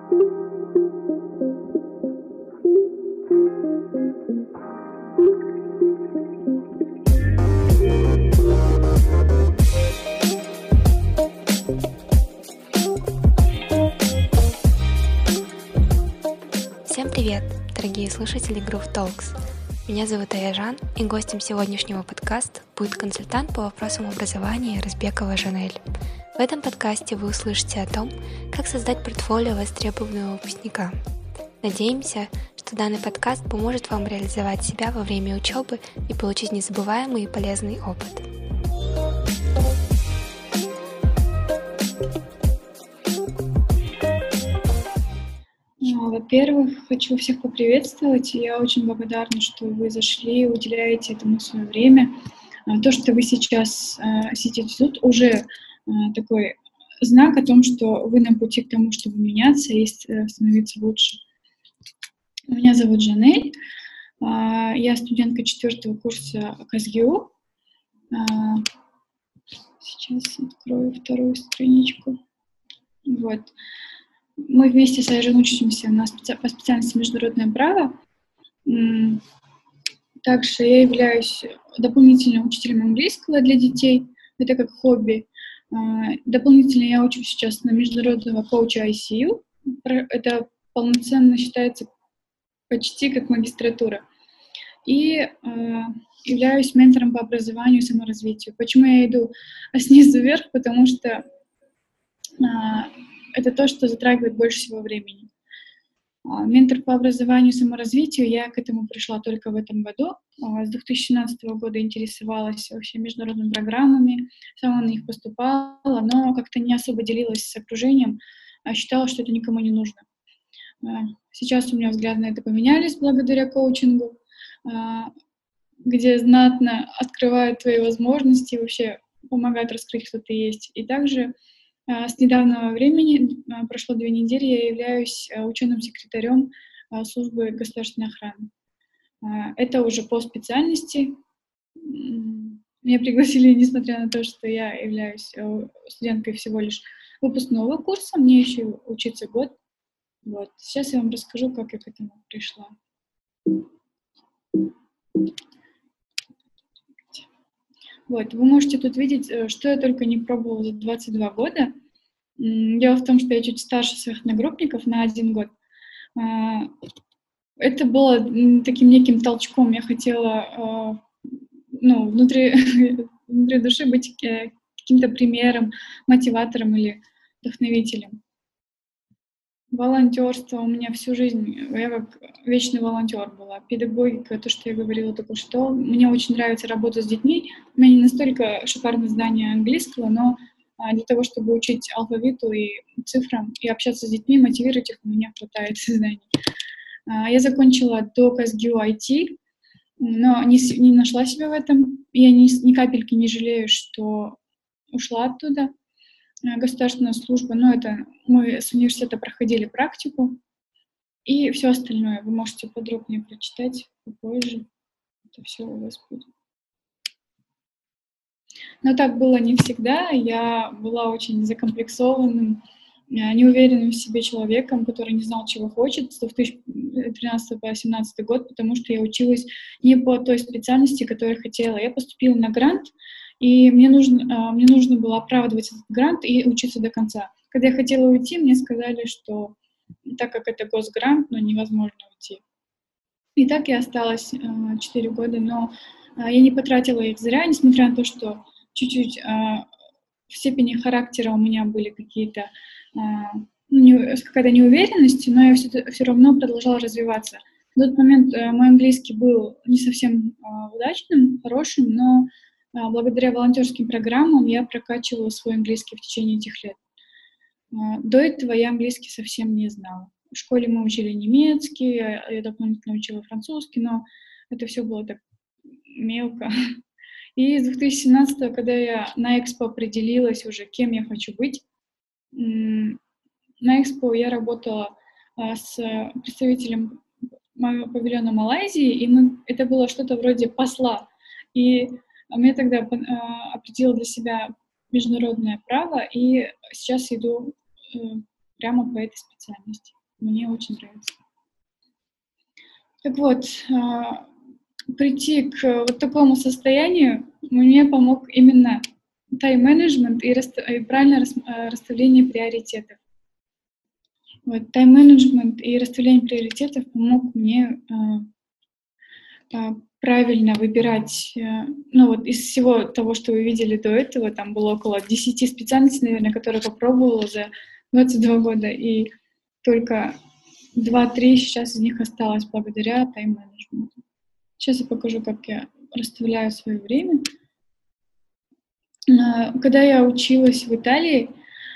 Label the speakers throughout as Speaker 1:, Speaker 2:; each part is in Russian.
Speaker 1: Всем привет, дорогие слушатели Groove Talks. Меня зовут Аяжан, и гостем сегодняшнего подкаста будет консультант по вопросам образования Разбекова Жанель. В этом подкасте вы услышите о том, как создать портфолио востребованного выпускника. Надеемся, что данный подкаст поможет вам реализовать себя во время учебы и получить незабываемый и полезный опыт.
Speaker 2: Во-первых, хочу всех поприветствовать. Я очень благодарна, что вы зашли, уделяете этому свое время. То, что вы сейчас сидите тут, уже такой знак о том, что вы на пути к тому, чтобы меняться и становиться лучше. Меня зовут Жанель. Я студентка 4-го курса КазГИУ. Сейчас открою вторую страничку. Вот. Мы вместе с Айжан учимся по специальности международное право. Также я являюсь дополнительным учителем английского для детей. Это как хобби. Дополнительно я учусь сейчас на международного коуча ICU. Это полноценно считается почти как магистратура. И являюсь ментором по образованию и саморазвитию. Почему я иду снизу вверх? Потому что это то, что затрагивает больше всего времени. Ментор по образованию и саморазвитию, я к этому пришла только в этом году. С 2017 года интересовалась вообще международными программами, сама на них поступала, но как-то не особо делилась с окружением, считала, что это никому не нужно. Сейчас у меня взгляды на это поменялись благодаря коучингу, где знатно открывают твои возможности и вообще помогают раскрыть, кто ты есть. И также с недавнего времени, прошло 2 недели, я являюсь ученым секретарем службы государственной охраны. Это уже по специальности. Меня пригласили, несмотря на то, что я являюсь студенткой всего лишь выпускного курса, мне еще учиться год. Вот. Сейчас я вам расскажу, как я к этому пришла. Вот, вы можете тут видеть, что я только не пробовала за 22 года. Дело в том, что я чуть старше своих одногруппников на 1 год. Это было таким неким толчком. Я хотела внутри души быть каким-то примером, мотиватором или вдохновителем. Волонтерство у меня всю жизнь, я как вечный волонтер была. Педагогика, то, что я говорила только что. Мне очень нравится работа с детьми. У меня не настолько шикарное знание английского, но для того, чтобы учить алфавиту и цифрам и общаться с детьми, мотивировать их, у меня хватает знаний. Я закончила до КазГИУ IT, но не нашла себя в этом. Я ни капельки не жалею, что ушла оттуда. Государственная служба, это мы с университета проходили практику, и все остальное вы можете подробнее прочитать попозже. Это все у вас будет. Но так было не всегда. Я была очень закомплексованным, неуверенным в себе человеком, который не знал, чего хочет с 2013 по 2017 год, потому что я училась не по той специальности, которую хотела. Я поступила на грант, и мне нужно было оправдывать этот грант и учиться до конца. Когда я хотела уйти, мне сказали, что так как это госгрант, невозможно уйти. И так я осталась 4 года, но я не потратила их зря, несмотря на то, что чуть-чуть в степени характера у меня были какие-то какая-то неуверенность, но я все равно продолжала развиваться. В тот момент мой английский был не совсем удачным, хорошим, но благодаря волонтерским программам я прокачивала свой английский в течение этих лет. До этого я английский совсем не знала. В школе мы учили немецкий, я дополнительно учила французский, но это все было так мелко. И с 2017-го, когда я на Экспо определилась уже, кем я хочу быть, на Экспо я работала с представителем павильона Малайзии, и это было что-то вроде посла. И я тогда определила для себя международное право, и сейчас иду прямо по этой специальности. мне очень нравится. Так вот, прийти к вот такому состоянию мне помог именно тайм-менеджмент и правильное расставление приоритетов. Вот тайм-менеджмент и расставление приоритетов помог мне правильно выбирать, ну вот из всего того, что вы видели до этого, там было около 10 специальностей, наверное, которые попробовала за 22 года, и только 2-3 сейчас из них осталось благодаря тайм-менеджменту. Сейчас я покажу, как я расставляю свое время. Когда я училась в Италии,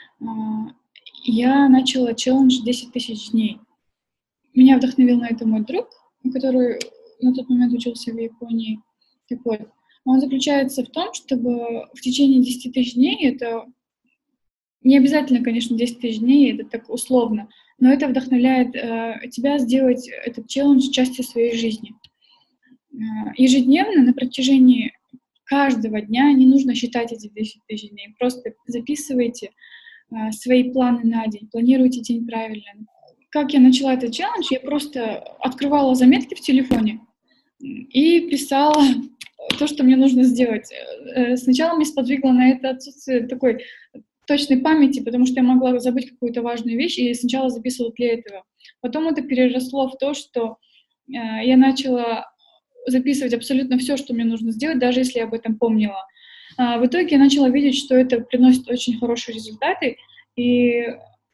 Speaker 2: я начала челлендж 10 тысяч дней. Меня вдохновил на это мой друг, который на тот момент учился в Японии. Так вот, он заключается в том, чтобы в течение 10 тысяч дней, это не обязательно, конечно, 10 тысяч дней, это так условно, но это вдохновляет тебя сделать этот челлендж частью своей жизни. Ежедневно на протяжении каждого дня не нужно считать эти 10 тысяч дней, просто записывайте свои планы на день, планируйте день правильно. Как я начала этот челлендж, я просто открывала заметки в телефоне и писала то, что мне нужно сделать. Сначала меня сподвигло на это отсутствие такой точной памяти, потому что я могла забыть какую-то важную вещь, и сначала записывала для этого. Потом это переросло в то, что я начала записывать абсолютно все, что мне нужно сделать, даже если я об этом помнила. В итоге я начала видеть, что это приносит очень хорошие результаты, и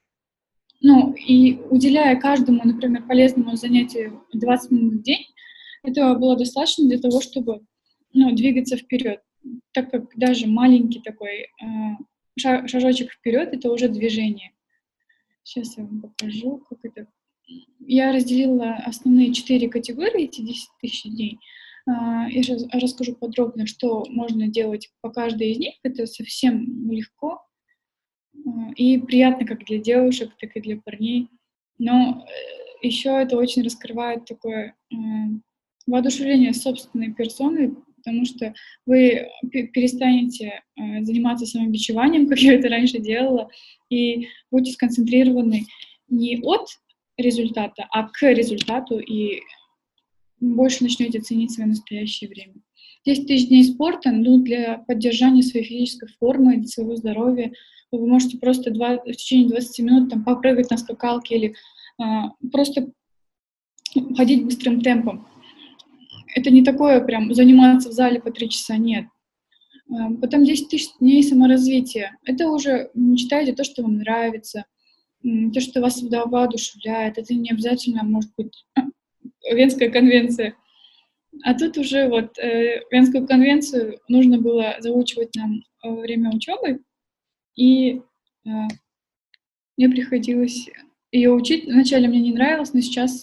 Speaker 2: уделяя каждому, например, полезному занятию 20 минут в день, этого было достаточно для того, чтобы двигаться вперед, так как даже маленький такой шажочек вперед — это уже движение. Сейчас я вам покажу, как это. Я разделила основные 4 категории, эти 10 тысяч дней. Я сейчас расскажу подробно, что можно делать по каждой из них. Это совсем легко и приятно как для девушек, так и для парней. Но еще это очень раскрывает такое воодушевление собственной персоной, потому что вы перестанете заниматься самобичеванием, как я это раньше делала, и будете сконцентрированы не от результата, а к результату, и больше начнете ценить свое настоящее время. 10 тысяч дней спорта для поддержания своей физической формы, для своего здоровья. Вы можете просто в течение 20 минут попрыгать на скакалке или просто ходить быстрым темпом. Это не такое прям заниматься в зале по 3 часа, нет. Потом 10 тысяч дней саморазвития. Это уже читайте то, что вам нравится, то, что вас воодушевляет. Это не обязательно может быть Венская конвенция. А тут уже Венскую конвенцию нужно было заучивать нам во время учебы, и мне приходилось ее учить. Вначале мне не нравилось, но сейчас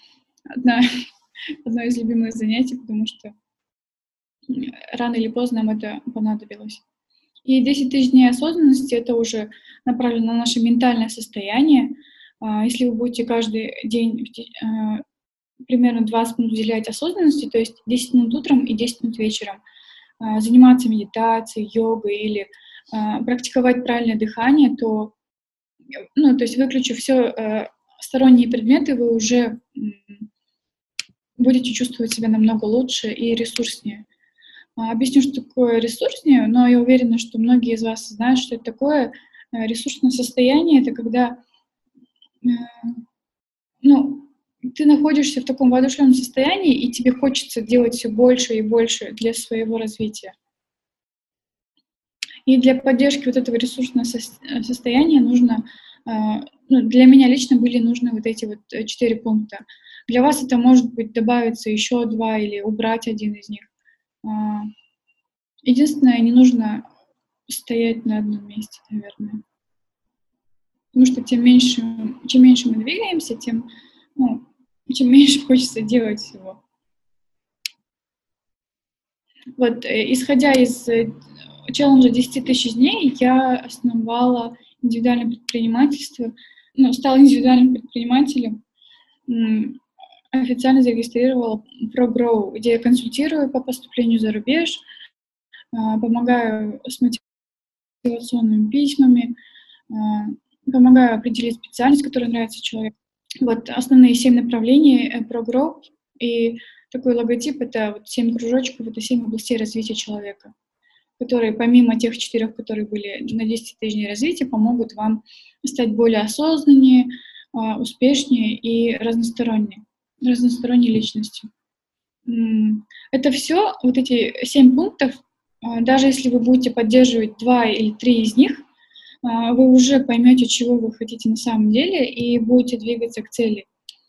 Speaker 2: одно из любимых занятий, потому что рано или поздно нам это понадобилось. И 10 тысяч дней осознанности — это уже направлено на наше ментальное состояние. Если вы будете каждый день примерно 20 минут уделять осознанности, то есть 10 минут утром и 10 минут вечером, заниматься медитацией, йогой или практиковать правильное дыхание, то есть выключив все сторонние предметы, вы уже будете чувствовать себя намного лучше и ресурснее. Объясню, что такое ресурснее, но я уверена, что многие из вас знают, что это такое. Ресурсное состояние — это когда ты находишься в таком воодушевленном состоянии, и тебе хочется делать все больше и больше для своего развития. И для поддержки вот этого ресурсного состояния нужно, для меня лично были нужны вот эти 4 пункта. Для вас это может быть добавиться еще 2 или убрать один из них. Единственное, не нужно стоять на одном месте, наверное. Потому что чем меньше мы двигаемся, тем меньше хочется делать всего. Исходя из челленджа 10 тысяч дней, я основала индивидуальное предпринимательство, стала индивидуальным предпринимателем, официально зарегистрировала ProGrow, где я консультирую по поступлению за рубеж, помогаю с мотивационными письмами, помогаю определить специальность, которая нравится человеку. Вот основные 7 направлений ProGrow, и такой логотип — это вот 7 кружочков, это 7 областей развития человека, которые помимо тех 4, которые были на 10-этажнее развития, помогут вам стать более осознаннее, успешнее и разносторонней личностью. Это все, вот эти 7 пунктов, даже если вы будете поддерживать 2 или 3 из них, вы уже поймете, чего вы хотите на самом деле, и будете двигаться к цели.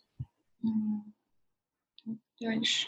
Speaker 2: Дальше.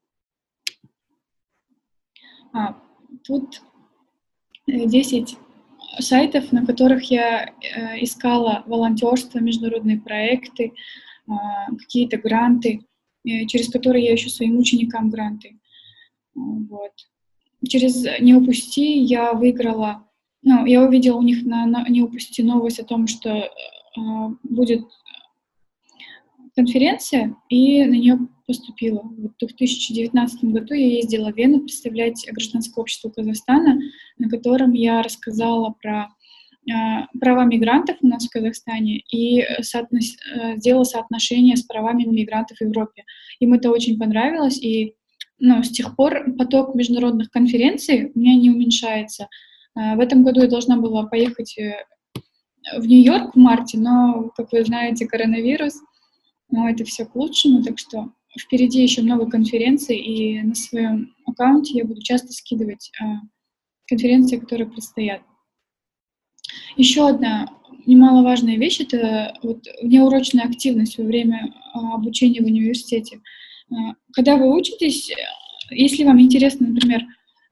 Speaker 2: Тут 10 сайтов, на которых я искала волонтерство, международные проекты, какие-то гранты, через которые я ищу своим ученикам гранты. Вот. Через «Не упусти» я выиграла, я увидела у них на «Не упусти» новость о том, что будет конференция, и на нее поступила. Вот в 2019 году я ездила в Вену представлять гражданское общество Казахстана, на котором я рассказала про права мигрантов у нас в Казахстане и сделала соотношение с правами мигрантов в Европе. Им это очень понравилось, и с тех пор поток международных конференций у меня не уменьшается. В этом году я должна была поехать в Нью-Йорк в марте, но, как вы знаете, коронавирус, но это все к лучшему, так что впереди еще много конференций, и на своем аккаунте я буду часто скидывать конференции, которые предстоят. Еще одна немаловажная вещь — это вот внеурочная активность во время обучения в университете. Когда вы учитесь, если вам интересно, например,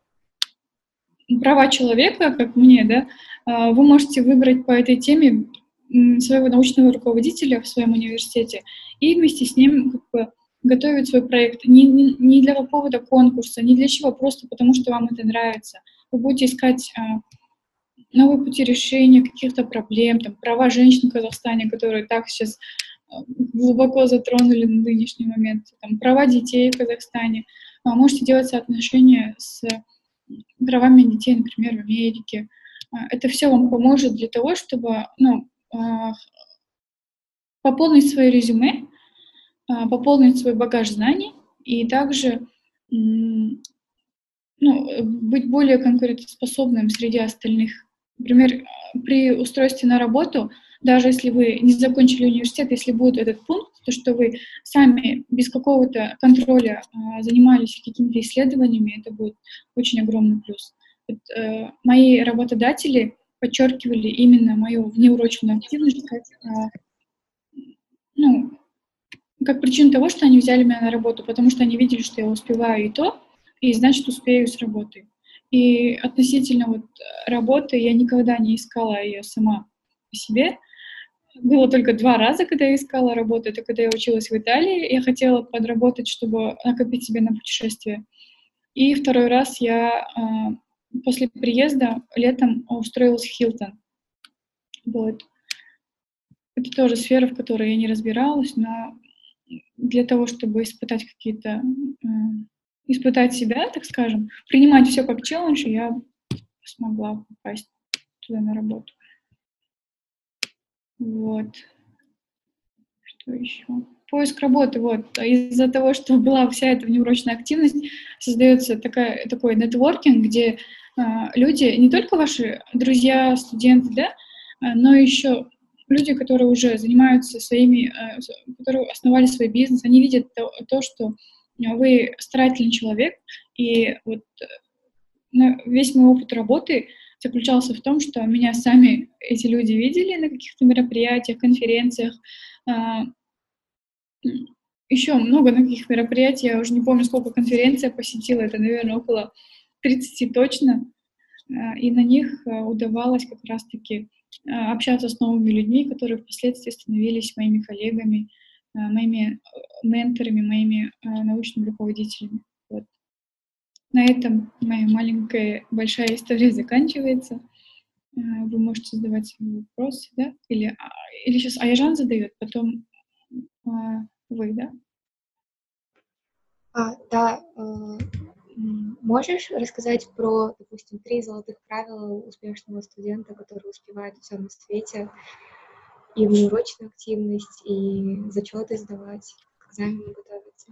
Speaker 2: права человека, как мне, да, вы можете выбрать по этой теме своего научного руководителя в своем университете и вместе с ним как бы готовить свой проект. Не для какого-то конкурса, не для чего, просто потому что вам это нравится. Вы будете искать новые пути решения каких-то проблем, там, права женщин в Казахстане, которые так сейчас глубоко затронули на нынешний момент, там, права детей в Казахстане. Можете делать соотношение с правами детей, например, в Америке. Это все вам поможет для того, чтобы пополнить свое резюме, пополнить свой багаж знаний и также быть более конкурентоспособным среди остальных. Например, при устройстве на работу, даже если вы не закончили университет, если будет этот пункт, то что вы сами без какого-то контроля занимались какими-то исследованиями, это будет очень огромный плюс. Вот, мои работодатели подчеркивали именно мою внеурочную активность как причину того, что они взяли меня на работу, потому что они видели, что я успеваю и то, и значит успею с работой. И относительно вот работы я никогда не искала ее сама по себе. Было только 2 раза, когда я искала работу. Это когда я училась в Италии, я хотела подработать, чтобы накопить себе на путешествие. И второй раз я после приезда летом устроилась в Хилтон. Вот. Это тоже сфера, в которой я не разбиралась, но для того, чтобы испытать испытать себя, так скажем, принимать все как челлендж, я смогла попасть туда на работу. Вот. Что еще? Поиск работы. Вот. Из-за того, что была вся эта внеурочная активность, создается такой нетворкинг, где люди, не только ваши друзья, студенты, да, но еще люди, которые уже занимаются которые основали свой бизнес, они видят то, что вы старательный человек, и вот весь мой опыт работы заключался в том, что меня сами эти люди видели на каких-то мероприятиях, конференциях, еще много на каких мероприятиях, я уже не помню, сколько конференций я посетила, это, наверное, около 30 точно, и на них удавалось как раз-таки общаться с новыми людьми, которые впоследствии становились моими коллегами, моими менторами, моими научными руководителями. Вот. На этом моя маленькая, большая история заканчивается. Вы можете задавать свои вопросы, да? Или сейчас Аяжан задает, потом вы, да?
Speaker 1: Да, можешь рассказать про, допустим, 3 золотых правила успешного студента, который успевает все на свете? и внеурочную активность, и зачеты сдавать, к экзаменам готовиться.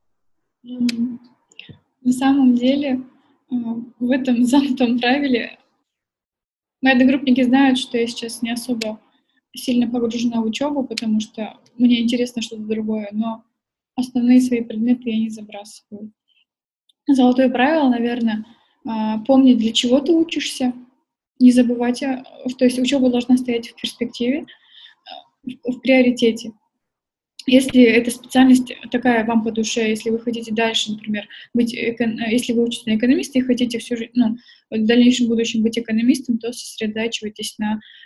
Speaker 2: На самом деле, в этом замкнутом правиле мои одногруппники знают, что я сейчас не особо сильно погружена в учебу, потому что мне интересно что-то другое, но основные свои предметы я не забрасываю. Золотое правило, наверное, помнить, для чего ты учишься, не забывать, то есть учеба должна стоять в перспективе, в приоритете. Если эта специальность такая вам по душе, если вы хотите дальше, например, если вы учитесь на экономиста и хотите всю жизнь, в дальнейшем будущем быть экономистом, то сосредотачивайтесь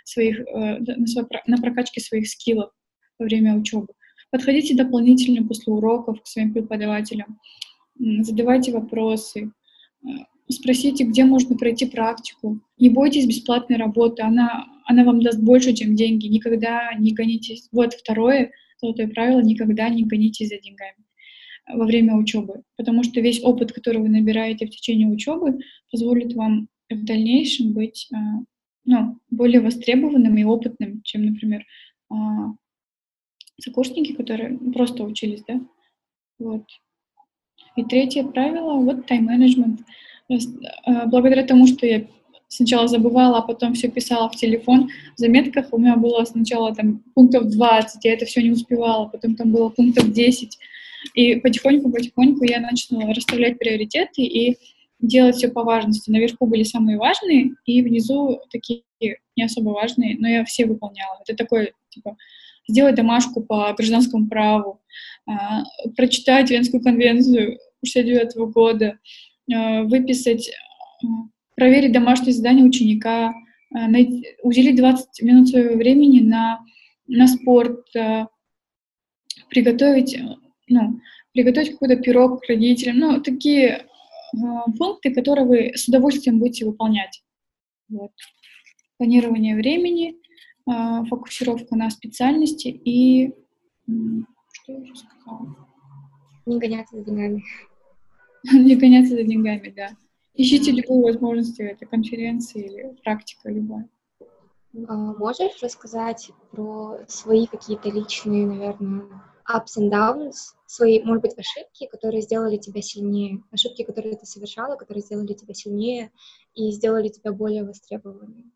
Speaker 2: на прокачке своих скиллов во время учебы. Подходите дополнительно после уроков к своим преподавателям, задавайте вопросы, спросите, где можно пройти практику. Не бойтесь бесплатной работы, она вам даст больше, чем деньги. Никогда не гонитесь. Вот второе золотое правило: никогда не гонитесь за деньгами во время учебы, потому что весь опыт, который вы набираете в течение учебы, позволит вам в дальнейшем быть более востребованным и опытным, чем, например, сокурсники, которые просто учились, да? Вот. И третье правило — тайм-менеджмент. Благодаря тому, что я сначала забывала, а потом все писала в телефон, в заметках у меня было сначала там пунктов 20, я это все не успевала, потом там было пунктов 10. И потихоньку я начала расставлять приоритеты и делать все по важности. Наверху были самые важные, и внизу такие не особо важные, но я все выполняла. Это такое, сделать домашку по гражданскому праву, прочитать Венскую конвенцию 1969 года, выписать, проверить домашнее задание ученика, уделить 20 минут своего времени на спорт, приготовить какой-то пирог к родителям. Такие пункты, которые вы с удовольствием будете выполнять. Вот. Планирование времени, фокусировка на специальности и... Что я уже сказала?
Speaker 1: Не гоняться за деньгами.
Speaker 2: Не гоняться за деньгами, да. Ищите любую возможность, это конференции или практика любая.
Speaker 1: Можешь рассказать про свои какие-то личные, наверное, ups and downs, свои, может быть, ошибки, которые сделали тебя сильнее, ошибки, которые ты совершала, которые сделали тебя сильнее и сделали тебя более востребованной?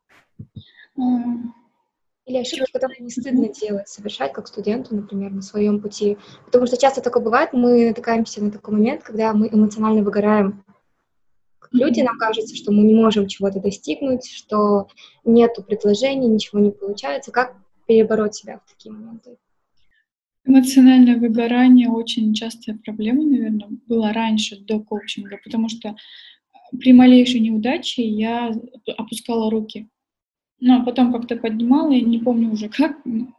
Speaker 1: Или ошибки, которые не стыдно делать, совершать как студенту, например, на своем пути. Потому что часто такое бывает, мы натыкаемся на такой момент, когда мы эмоционально выгораем. Люди, нам кажется, что мы не можем чего-то достигнуть, что нету предложений, ничего не получается. Как перебороть себя в такие моменты?
Speaker 2: Эмоциональное выгорание очень частая проблема, наверное, была раньше, до коучинга, потому что при малейшей неудаче я опускала руки. Но потом как-то поднимала, я не помню уже как.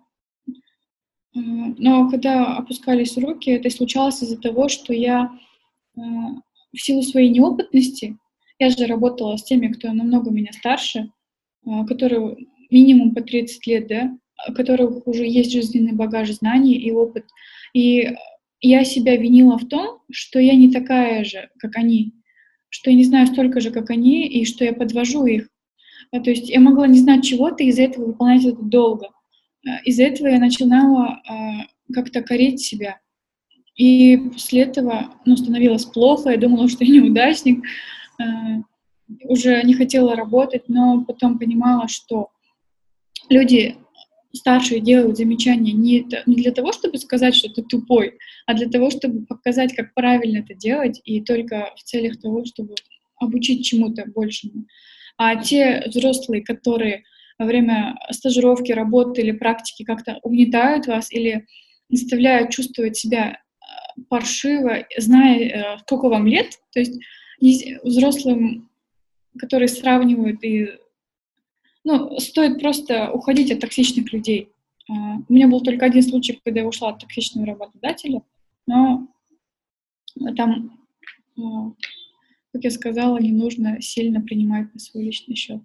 Speaker 2: Но когда опускались руки, это случалось из-за того, что я в силу своей неопытности, я же работала с теми, кто намного меня старше, которые минимум по 30 лет, да, у которых уже есть жизненный багаж знаний и опыт. И я себя винила в том, что я не такая же, как они, что я не знаю столько же, как они, и что я подвожу их. То есть я могла не знать чего-то, и из-за этого выполнять это долго. Из-за этого я начинала как-то корить себя. И после этого становилось плохо, я думала, что я неудачник, уже не хотела работать, но потом понимала, что люди старшие делают замечания не для того, чтобы сказать, что ты тупой, а для того, чтобы показать, как правильно это делать, и только в целях того, чтобы обучить чему-то большему. А те взрослые, которые во время стажировки, работы или практики как-то угнетают вас или заставляют чувствовать себя паршиво, зная, сколько вам лет, то есть взрослым, которые сравнивают, и стоит просто уходить от токсичных людей. У меня был только один случай, когда я ушла от токсичного работодателя, но там, как я сказала, не нужно сильно принимать на свой личный счет.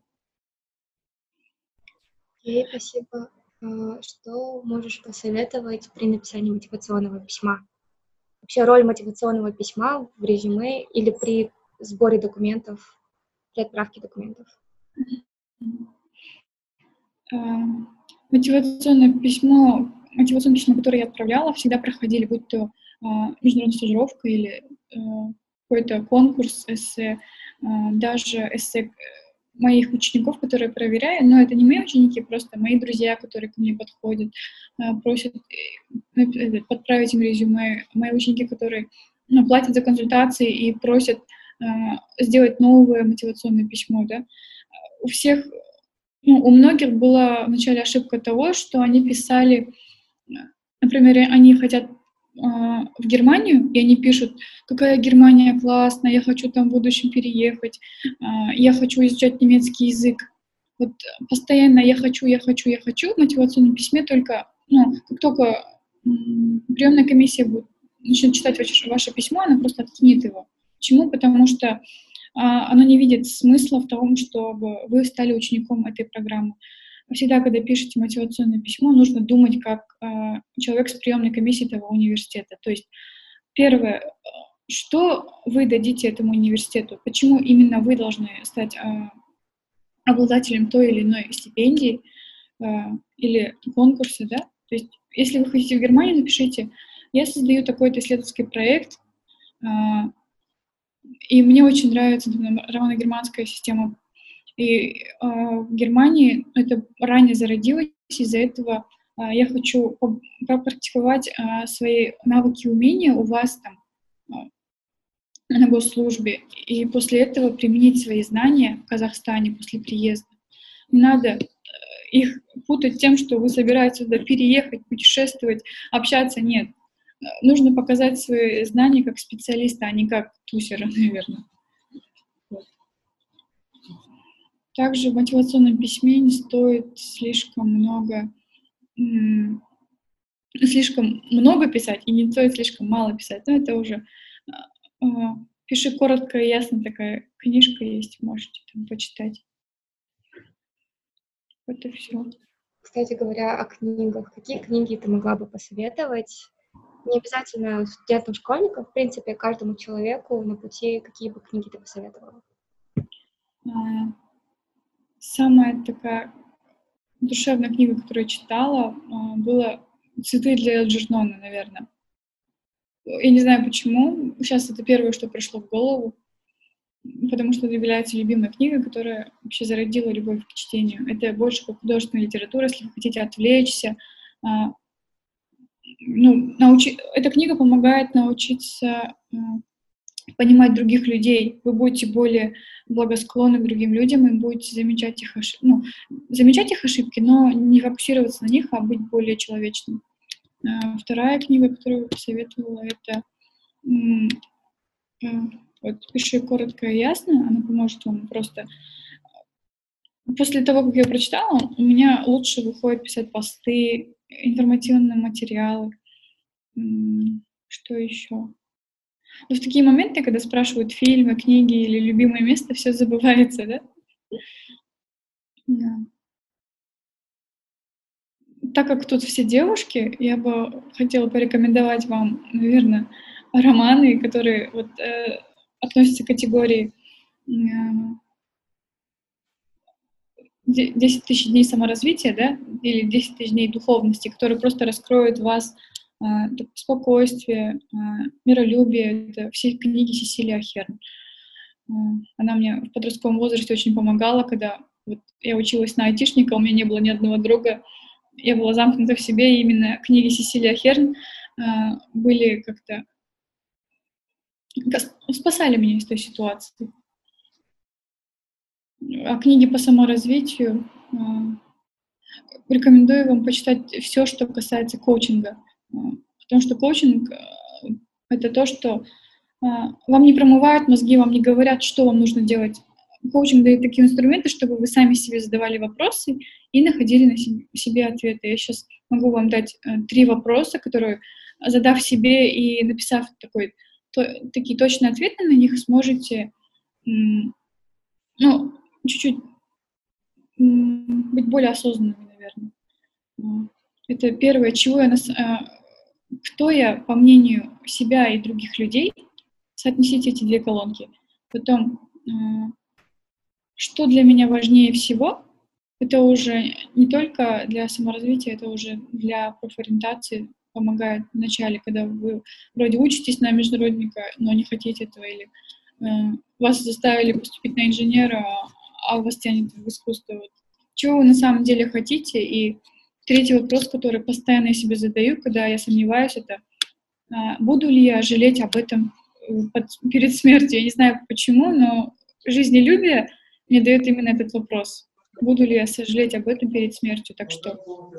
Speaker 1: Окей, спасибо. Что можешь посоветовать при написании мотивационного письма? Вообще роль мотивационного письма в резюме или при сборе документов, при отправке документов?
Speaker 2: мотивационное письмо, которое я отправляла, всегда проходили, будь то международная стажировка или какой-то конкурс эссе, даже эссе моих учеников, которые проверяю, но это не мои ученики, просто мои друзья, которые ко мне подходят, просят подправить им резюме, мои ученики, которые платят за консультации и просят сделать новое мотивационное письмо, да. У всех, у многих была вначале ошибка того, что они писали, например, они хотят в Германию, и они пишут: какая Германия классная, я хочу там в будущем переехать, я хочу изучать немецкий язык. Вот постоянно я хочу в мотивационном письме, только, как только приемная комиссия начнет читать ваше письмо, она просто откинет его. Почему? Потому что оно не видит смысла в том, чтобы вы стали учеником этой программы. Всегда, когда пишете мотивационное письмо, нужно думать как человек с приемной комиссией этого университета. То есть, первое, что вы дадите этому университету, почему именно вы должны стать обладателем той или иной стипендии или конкурса, да? То есть, если вы хотите в Германию, напишите: я создаю такой-то исследовательский проект, и мне очень нравится романо-германская система. И в Германии это ранее зародилось, из-за этого я хочу попрактиковать свои навыки и умения у вас там на госслужбе, и после этого применить свои знания в Казахстане после приезда. Не надо их путать тем, что вы собираетесь сюда переехать, путешествовать, общаться. Нет. Нужно показать свои знания как специалиста, а не как тусера, наверное. Вот. Также в мотивационном письме не стоит слишком много писать, и не стоит слишком мало писать. Но это уже «Пиши коротко и ясно», такая книжка есть, можете там почитать. Это все.
Speaker 1: Кстати говоря, о книгах. Какие книги ты могла бы посоветовать? Не обязательно студентам-школьникам, в принципе, каждому человеку на пути, какие бы книги ты посоветовала?
Speaker 2: Самая такая душевная книга, которую я читала, была «Цветы для Элджернона», наверное. Я не знаю почему. Сейчас это первое, что пришло в голову, потому что это является любимой книгой, которая вообще зародила любовь к чтению. Это больше как художественная литература, если вы хотите отвлечься. Эта книга помогает научиться понимать других людей. Вы будете более благосклонны к другим людям и будете замечать их ошибки, но не фокусироваться на них, а быть более человечным. Вторая книга, которую я посоветовала, это «Пиши коротко и ясно». Она поможет вам просто... После того, как я прочитала, у меня лучше выходит писать посты, информативные материалы. Что еще? В такие моменты, когда спрашивают фильмы, книги или любимое место, все забывается, да? Да. Так как тут все девушки, я бы хотела порекомендовать вам, наверное, романы, которые относятся к категории 10 тысяч дней саморазвития, да, или 10 тысяч дней духовности, которые просто раскроют в вас спокойствие, миролюбие. Это все книги Сесилии Ахерн. Она мне в подростковом возрасте очень помогала, когда я училась на айтишника, у меня не было ни одного друга, я была замкнута в себе, и именно книги Сесилии Ахерн были как-то спасали меня из той ситуации. А книги по саморазвитию рекомендую вам почитать все, что касается коучинга, потому что коучинг — это то, что вам не промывают мозги, вам не говорят, что вам нужно делать. Коучинг дает такие инструменты, чтобы вы сами себе задавали вопросы и находили на себе ответы. Я сейчас могу вам дать 3 вопроса, которые, задав себе и написав такие точные ответы на них, сможете чуть-чуть быть более осознанными, наверное. Это первое, кто я, по мнению себя и других людей. Соотнесите эти 2 колонки. Потом, что для меня важнее всего, это уже не только для саморазвития, это уже для профориентации помогает в начале, когда вы вроде учитесь на международника, но не хотите этого, или вас заставили поступить на инженера, а вас тянет в искусство. Вот. Чего вы на самом деле хотите? И третий вопрос, который постоянно я себе задаю, когда я сомневаюсь, это буду ли я жалеть об этом перед смертью? Я не знаю почему, но жизнелюбие мне дает именно этот вопрос. Буду ли я сожалеть об этом перед смертью? Так что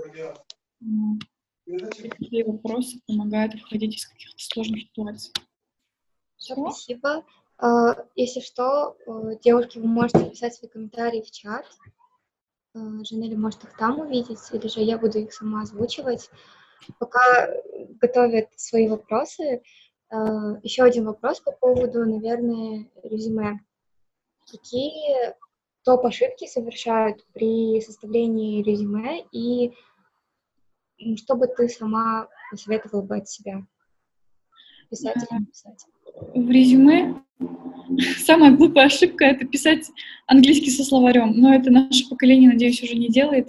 Speaker 2: такие вопросы помогают выходить из каких-то сложных ситуаций.
Speaker 1: Спасибо. Если что, девушки, вы можете писать свои комментарии в чат. Жанель может их там увидеть, или же я буду их сама озвучивать. Пока готовят свои вопросы, еще один вопрос по поводу, наверное, резюме. Какие топ-ошибки совершают при составлении резюме, и что бы ты сама посоветовала бы от себя? Писать или не писать?
Speaker 2: В резюме самая глупая ошибка — это писать английский со словарем, но это наше поколение, надеюсь, уже не делает.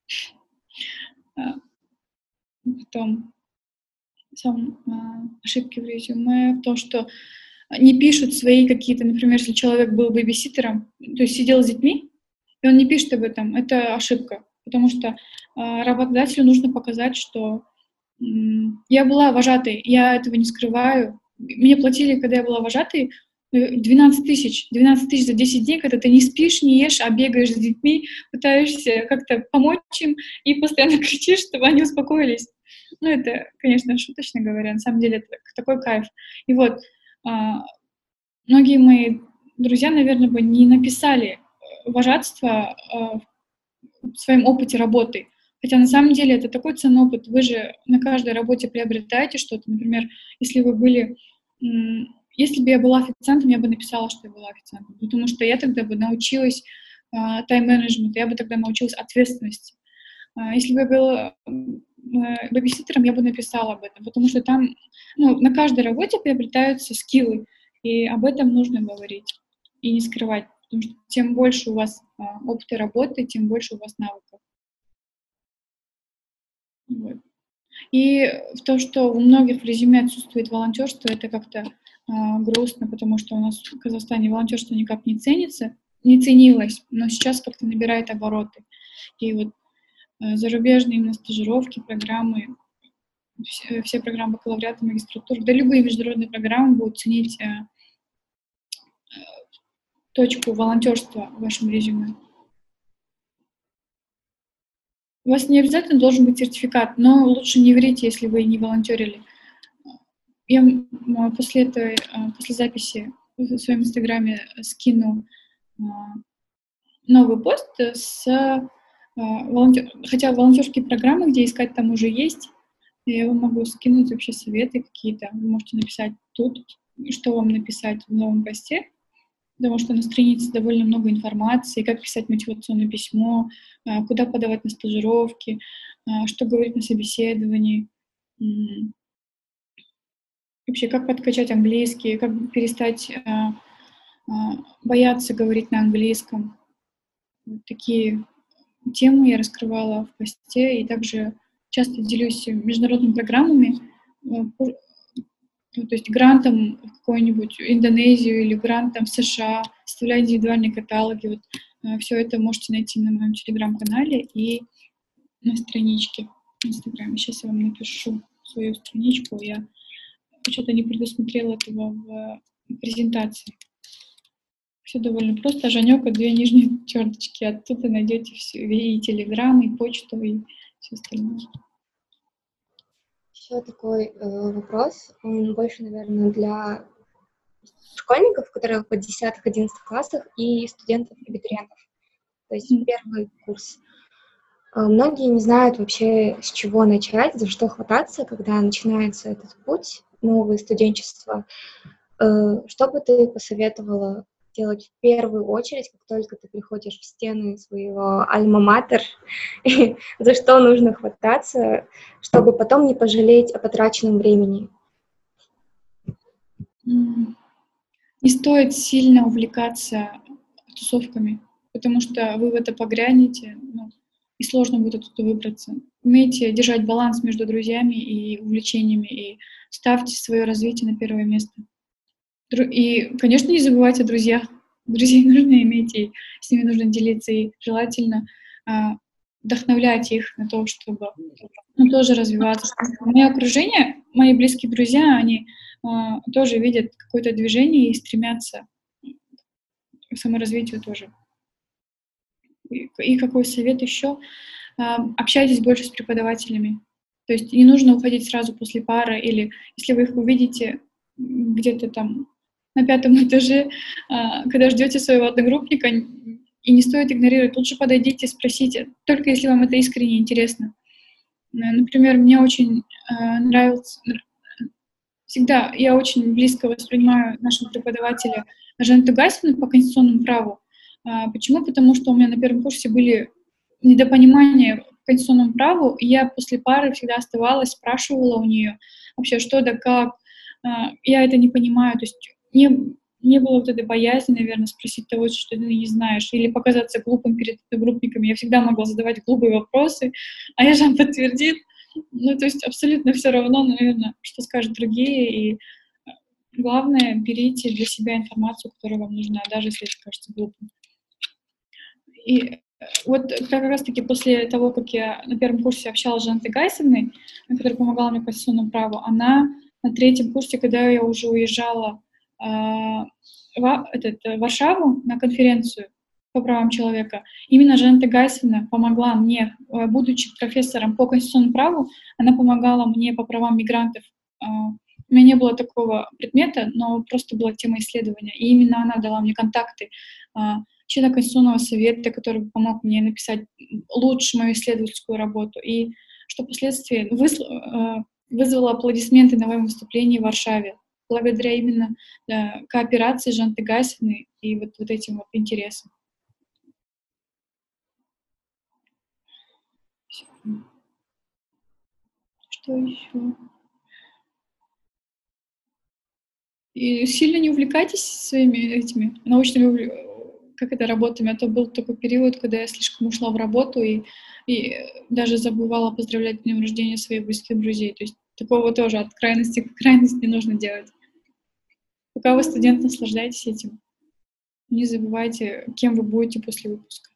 Speaker 2: Потом ошибки в резюме в том, что не пишут свои какие-то, например, если человек был бэйбиситером, то есть сидел с детьми, и он не пишет об этом, это ошибка, потому что работодателю нужно показать, что я была вожатой, я этого не скрываю. Мне платили, когда я была вожатой, 12 тысяч за 10 дней, когда ты не спишь, не ешь, а бегаешь с детьми, пытаешься как-то помочь им и постоянно кричишь, чтобы они успокоились. Ну, это, конечно, шуточно говоря, на самом деле это такой кайф. И вот, многие мои друзья, наверное, бы не написали вожатство в своем опыте работы. Хотя на самом деле это такой ценный опыт. Вы же на каждой работе приобретаете что-то. Например, если вы были... Если бы я была официантом, я бы написала, что я была официантом. Потому что я тогда бы научилась тайм-менеджменту, я бы тогда научилась ответственности. Если бы я была бэбиситером, я бы написала об этом. Потому что там на каждой работе приобретаются скиллы. И об этом нужно говорить и не скрывать. Потому что тем больше у вас опыта работы, тем больше у вас навыков. Вот. И в том, что у многих в резюме отсутствует волонтерство, это как-то грустно, потому что у нас в Казахстане волонтерство никак не ценится, не ценилось, но сейчас как-то набирает обороты. И вот зарубежные именно стажировки, программы, все программы бакалавриата, магистратуры, да любые международные программы будут ценить точку волонтерства в вашем резюме. У вас не обязательно должен быть сертификат, но лучше не врите, если вы не волонтерили. Я после записи в своем инстаграме скину новый пост с хотя волонтерские программы, где искать, там уже есть. Я вам могу скинуть вообще советы какие-то. Вы можете написать тут, что вам написать в новом посте, потому что на странице довольно много информации, как писать мотивационное письмо, куда подавать на стажировки, что говорить на собеседовании, вообще как подкачать английский, как перестать бояться говорить на английском. Вот такие темы я раскрывала в посте, и также часто делюсь международными программами, то есть грантом в какую-нибудь Индонезию или грантом в США, составляю индивидуальные каталоги. Вот, все это можете найти на моем телеграм-канале и на страничке в Инстаграме. Сейчас я вам напишу свою страничку. Я что-то не предусмотрела этого в презентации. Все довольно просто. Жанёка, 2 нижние черточки. Оттуда найдете все. И телеграм, и почту, и все остальное.
Speaker 1: Еще такой вопрос, он больше, наверное, для школьников, которые в 10-11 классах, и студентов-абитуриентов, то есть первый курс. Многие не знают вообще, с чего начать, за что хвататься, когда начинается этот путь, новое студенчество. Что бы ты посоветовала делать в первую очередь, как только ты приходишь в стены своего альма-матер, за что нужно хвататься, чтобы потом не пожалеть о потраченном времени?
Speaker 2: Не стоит сильно увлекаться тусовками. потому что вы в это погрянете, ну, и сложно будет оттуда выбраться. Умейте держать баланс между друзьями и увлечениями, и ставьте свое развитие на первое место. И, конечно, не забывайте о друзьях. Друзей нужно иметь, и с ними нужно делиться, и желательно вдохновлять их на то, чтобы тоже развиваться. Мое окружение, мои близкие друзья, они тоже видят какое-то движение и стремятся к саморазвитию тоже. И какой совет еще? Общайтесь больше с преподавателями. То есть не нужно уходить сразу после пары, или если вы их увидите где-то там на 5-м этаже, когда ждете своего одногруппника, и не стоит игнорировать, лучше подойдите, спросите, только если вам это искренне интересно. Например, мне очень нравится, всегда я очень близко воспринимаю нашего преподавателя Жанну Гасину по конституционному праву. Почему? Потому что у меня на первом курсе были недопонимания по конституционному праву, и я после пары всегда оставалась, спрашивала у нее вообще что да как. Я это не понимаю, то есть не было вот этой боязни, наверное, спросить того, что ты не знаешь, или показаться глупым перед одногруппниками. Я всегда могла задавать глупые вопросы, а Ежан подтвердит. Ну, то есть абсолютно все равно, наверное, что скажут другие, и главное, берите для себя информацию, которая вам нужна, даже если это кажется глупым. И вот как раз-таки после того, как я на первом курсе общалась с Жанной Гайсовной, которая помогала мне по конституционному праву, она на 3-м курсе, когда я уже уезжала в Варшаву на конференцию по правам человека, именно Жанна Гайсовна помогла мне, будучи профессором по конституционному праву, она помогала мне по правам мигрантов. У меня не было такого предмета, но просто была тема исследования. И именно она дала мне контакты члена Конституционного совета, который помог мне написать лучше мою исследовательскую работу, и что впоследствии вызвало аплодисменты на моем выступлении в Варшаве, благодаря именно кооперации Жанны Гайсовны и вот этим вот интересам. Что еще? И сильно не увлекайтесь своими этими научными работами, а то был такой период, когда я слишком ушла в работу и даже забывала поздравлять с днем рождения своих близких друзей. То есть такого тоже от крайности к крайности не нужно делать. Пока вы студент, наслаждайтесь этим. Не забывайте, кем вы будете после выпуска.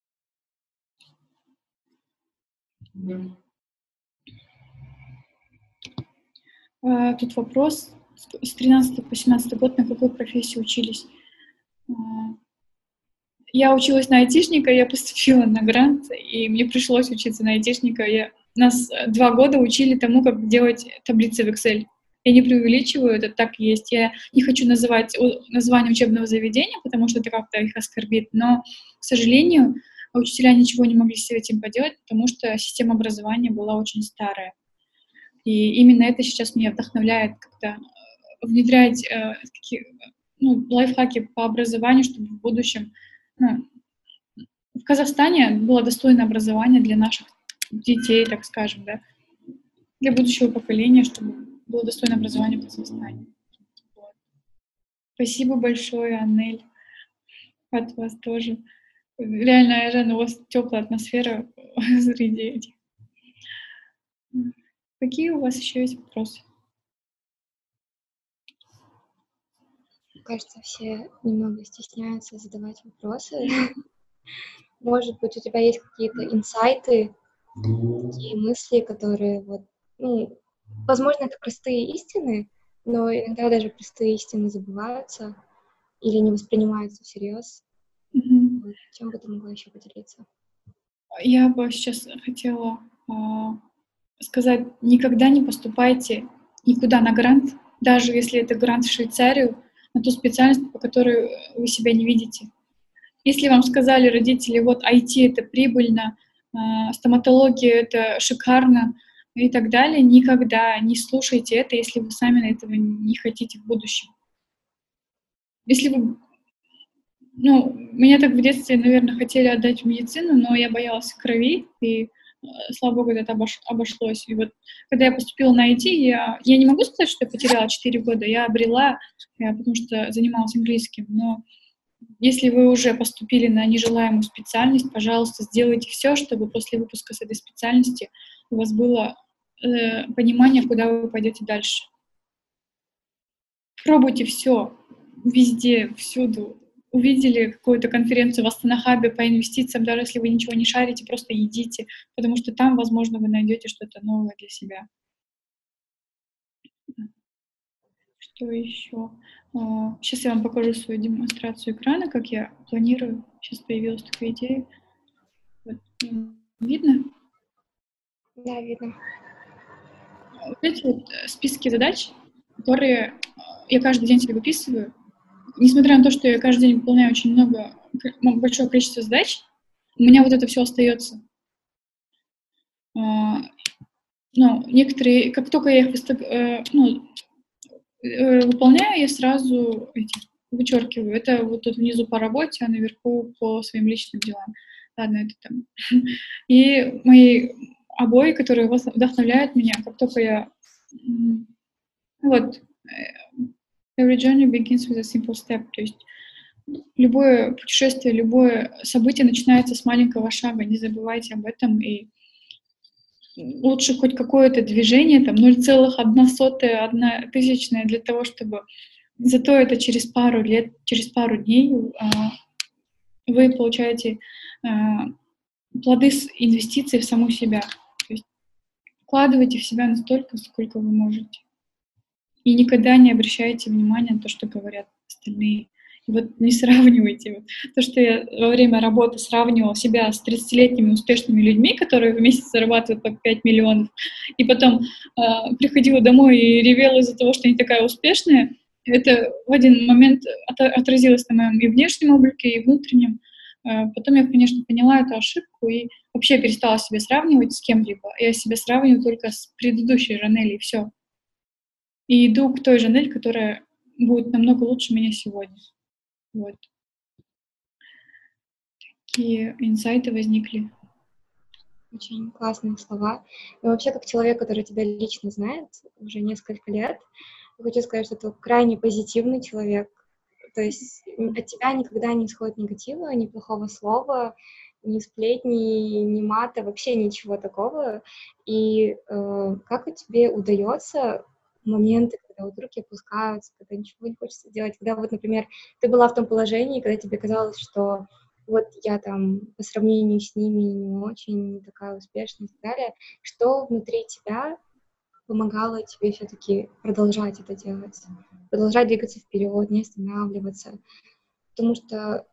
Speaker 2: Тут вопрос. С 13 по 17 год на какой профессии учились? Я училась на айтишника, я поступила на грант, и мне пришлось учиться на айтишника. Нас 2 года учили тому, как делать таблицы в Excel. Я не преувеличиваю, это так и есть. Я не хочу называть название учебного заведения, потому что это как-то их оскорбит, но, к сожалению, учителя ничего не могли с этим поделать, потому что система образования была очень старая. И именно это сейчас меня вдохновляет как-то внедрять лайфхаки по образованию, чтобы в будущем в Казахстане было достойное образование для наших детей, так скажем, да, для будущего поколения, чтобы было достойное образование в Казахстане. Вот. Спасибо большое, Аннель, от вас тоже. Реально, Айжан, у вас теплая атмосфера среди этих. Какие у вас еще есть вопросы?
Speaker 1: Кажется, все немного стесняются задавать вопросы. Может быть, у тебя есть какие-то инсайты, такие мысли, которые возможно, это простые истины, но иногда даже простые истины забываются или не воспринимаются всерьез. Чем бы ты могла еще поделиться?
Speaker 2: Я бы сейчас хотела сказать, никогда не поступайте никуда на грант, даже если это грант в Швейцарию, на ту специальность, по которой вы себя не видите. Если вам сказали родители, вот IT — это прибыльно, стоматология — это шикарно и так далее, никогда не слушайте это, если вы сами этого не хотите в будущем. Если вы... меня так в детстве, наверное, хотели отдать в медицину, но я боялась крови, и, слава богу, это обошлось. И вот когда я поступила на IT, я не могу сказать, что я потеряла 4 года, я обрела, потому что занималась английским, но Если вы уже поступили на нежелаемую специальность, пожалуйста, сделайте все, чтобы после выпуска с этой специальности у вас было понимание, куда вы пойдете дальше. Пробуйте все, везде, всюду. Увидели какую-то конференцию в Астана-хабе по инвестициям, даже если вы ничего не шарите, просто идите, потому что там, возможно, вы найдете что-то новое для себя. Что еще? Сейчас я вам покажу свою демонстрацию экрана, как я планирую. Сейчас появилась такая идея. Вот. Видно?
Speaker 1: Да, видно.
Speaker 2: Вот эти вот списки задач, которые я каждый день себе выписываю, несмотря на то, что я каждый день выполняю очень большое количество задач, у меня вот это все остается. Некоторые, как только я их выполняю, я сразу вычеркиваю. Это вот тут внизу по работе, а наверху по своим личным делам. Ладно, это там. И мои обои, которые вдохновляют меня, как только я... Вот. Every journey begins with a simple step. То есть любое путешествие, любое событие начинается с маленького шага. Не забывайте об этом. И лучше хоть какое-то движение, там 0,1 для того, чтобы... Зато это через пару лет, через пару дней вы получаете плоды инвестиций в саму себя. То есть вкладывайте в себя настолько, сколько вы можете. И никогда не обращайте внимания на то, что говорят остальные. И вот не сравнивайте. Вот то, что я во время работы сравнивала себя с 30-летними успешными людьми, которые в месяц зарабатывают по 5 миллионов, и потом приходила домой и ревела из-за того, что они такая успешная, это в один момент отразилось на моем и внешнем облике, и внутреннем. Потом я, конечно, поняла эту ошибку и вообще перестала себя сравнивать с кем-либо. Я себя сравниваю только с предыдущей Жанель, и все. И иду к той Жанель, которая будет намного лучше меня сегодня. Вот. Такие инсайты возникли.
Speaker 1: Очень классные слова. И вообще, как человек, который тебя лично знает уже несколько лет, я хочу сказать, что ты крайне позитивный человек. То есть от тебя никогда не исходит негатива, ни плохого слова, ни сплетни, ни мата, вообще ничего такого. И как тебе удается моменты, когда вот руки опускаются, когда ничего не хочется делать, когда вот, например, ты была в том положении, когда тебе казалось, что вот я там по сравнению с ними не очень, не такая успешная и так далее, что внутри тебя помогало тебе все-таки продолжать это делать, продолжать двигаться вперед, не останавливаться, потому что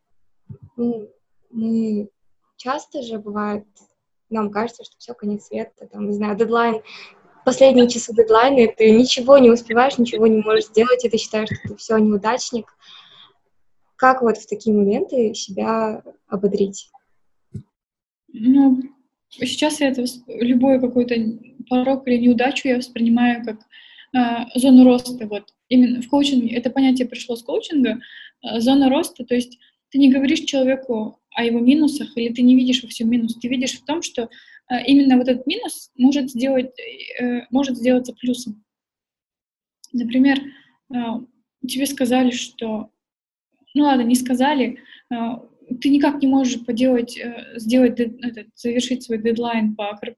Speaker 1: мы часто же бывает, нам кажется, что все, конец света, там, не знаю, дедлайн, последние часы дедлайна, и ты ничего не успеваешь, ничего не можешь сделать, и ты считаешь, что ты все неудачник. Как вот в такие моменты себя ободрить?
Speaker 2: Ну, сейчас я любой какой-то порог или неудачу я воспринимаю как зону роста. Вот. Именно в коучинге, это понятие пришло с коучинга, зона роста, то есть ты не говоришь человеку о его минусах, или ты не видишь во всем минус, ты видишь в том, что именно вот этот минус может сделаться плюсом. Например, тебе сказали, что... Ну ладно, не сказали, ты никак не можешь завершить свой дедлайн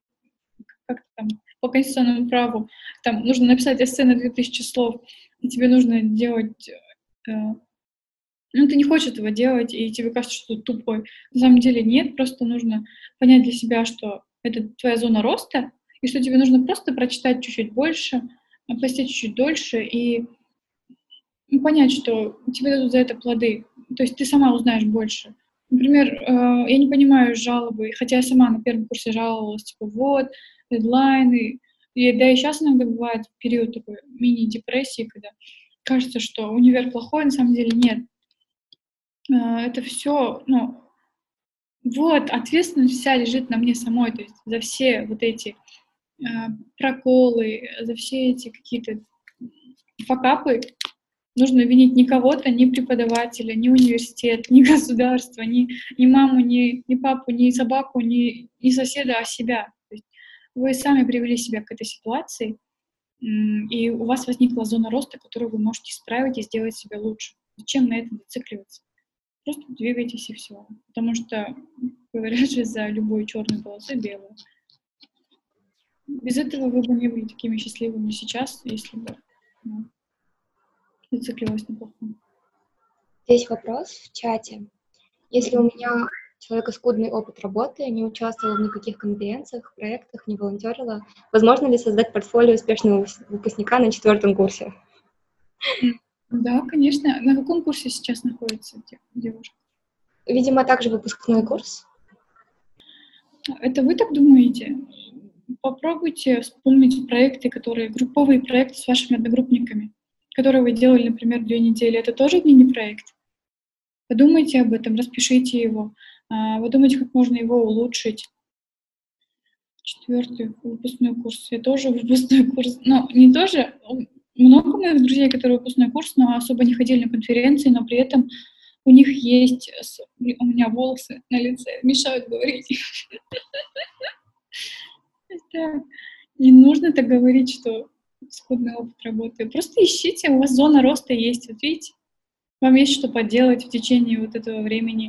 Speaker 2: по конституционному праву. Там нужно написать эссе на 2000 слов, и тебе нужно делать... ты не хочешь этого делать, и тебе кажется, что ты тупой. На самом деле нет, просто нужно понять для себя, что это твоя зона роста, и что тебе нужно просто прочитать чуть-чуть больше, постичь чуть-чуть дольше, и понять, что тебе дадут за это плоды. То есть ты сама узнаешь больше. Например, я не понимаю жалобы, хотя я сама на первом курсе жаловалась, типа, вот, дедлайны. Да и сейчас иногда бывает период такой мини-депрессии, когда кажется, что универ плохой, на самом деле нет. Это все, вот, ответственность вся лежит на мне самой, то есть за все вот эти проколы, за все эти какие-то факапы нужно винить не кого-то, ни преподавателя, ни университет, ни государство, ни маму, ни папу, ни собаку, ни соседа, а себя. То есть вы сами привели себя к этой ситуации, и у вас возникла зона роста, которую вы можете исправить и сделать себя лучше. Зачем на этом зацикливаться? Просто двигайтесь и все. Потому что, говорят же, за любой черной полосой белая. Без этого вы бы не были такими счастливыми сейчас, если бы зациклилась на плохом.
Speaker 1: Здесь вопрос в чате. Если у меня человекоскудный опыт работы, я не участвовала в никаких конференциях, проектах, не волонтерила, возможно ли создать портфолио успешного выпускника на 4 курсе?
Speaker 2: Да, конечно. На каком курсе сейчас находится девушка?
Speaker 1: Видимо, также выпускной курс.
Speaker 2: Это вы так думаете? Попробуйте вспомнить проекты, групповые проекты с вашими одногруппниками, которые вы делали, например, 2 недели. Это тоже мини-проект? Подумайте об этом, распишите его. Вы думаете, как можно его улучшить? 4 выпускной курс. Я тоже выпускной курс. Но не тоже. Много моих друзей, которые выпускной курс, но особо не ходили на конференции, но при этом у них есть... У меня волосы на лице мешают говорить. Не нужно так говорить, что скудный опыт работы. Просто ищите, у вас зона роста есть. Вот видите, вам есть что поделать в течение вот этого времени.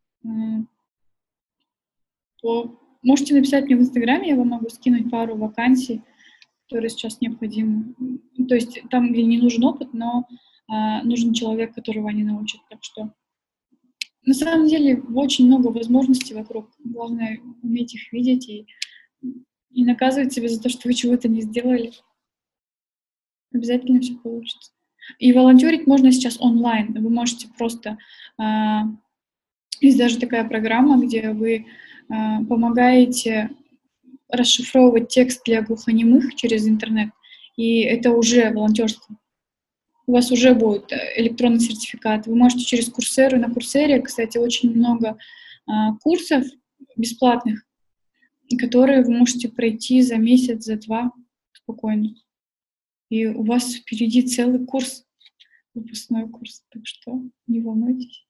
Speaker 2: Можете написать мне в Инстаграме, я вам могу скинуть пару вакансий, которые сейчас необходимы. То есть там, где не нужен опыт, но нужен человек, которого они научат. Так что на самом деле очень много возможностей вокруг. Главное уметь их видеть и наказывать себя за то, что вы чего-то не сделали. Обязательно все получится. И волонтерить можно сейчас онлайн. Вы можете просто... Есть даже такая программа, где вы помогаете расшифровывать текст для глухонемых через интернет, и это уже волонтерство. У вас уже будет электронный сертификат. Вы можете через Курсеру, на Курсере, кстати, очень много курсов бесплатных, которые вы можете пройти за месяц, за 2 спокойно. И у вас впереди целый курс, выпускной курс, так что не волнуйтесь.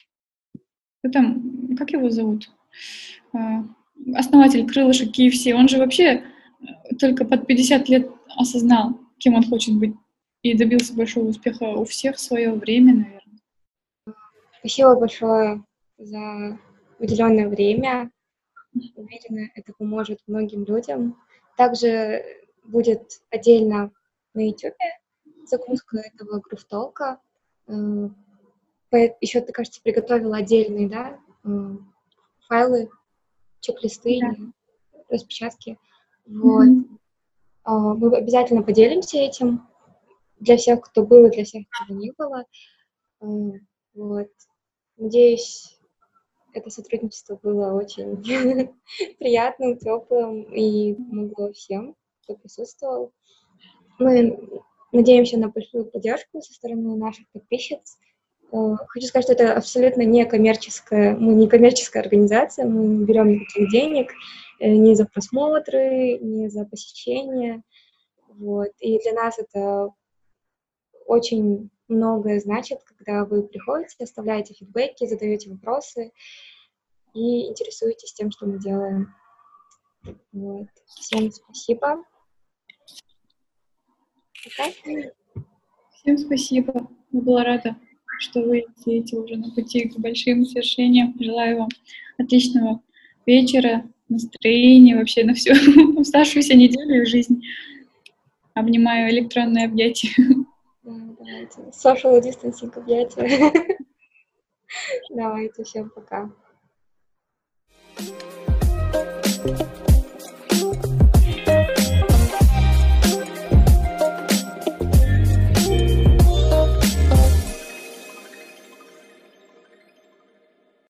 Speaker 2: Как его зовут? Основатель крылышек KFC, он же вообще только под 50 лет осознал, кем он хочет быть, и добился большого успеха. У всех свое время, наверное.
Speaker 1: Спасибо большое за уделенное время. Уверена, это поможет многим людям. Также будет отдельно на YouTube загрузка этого грув-толка. Еще, ты, кажется, приготовила отдельные, да, файлы, чек-листы,
Speaker 2: Да.
Speaker 1: распечатки. Вот. Мы обязательно поделимся этим для всех, кто был, и для всех, кто не было. Вот. Надеюсь, это сотрудничество было очень приятным, теплым и помогло всем, кто присутствовал. Мы надеемся на большую поддержку со стороны наших подписчиц. Хочу сказать, что это абсолютно не коммерческая организация, мы не берем никаких денег ни за просмотры, ни за посещение. Вот. И для нас это очень многое значит, когда вы приходите, оставляете фидбэки, задаете вопросы и интересуетесь тем, что мы делаем. Вот. Всем спасибо.
Speaker 2: Всем спасибо. Я была рада, что вы идете уже на пути к большим свершениям. Желаю вам отличного вечера, настроения, вообще на всю оставшуюся неделю и жизнь. Обнимаю электронное объятие.
Speaker 1: Давайте. Social distancing объятия. Давайте, всем пока.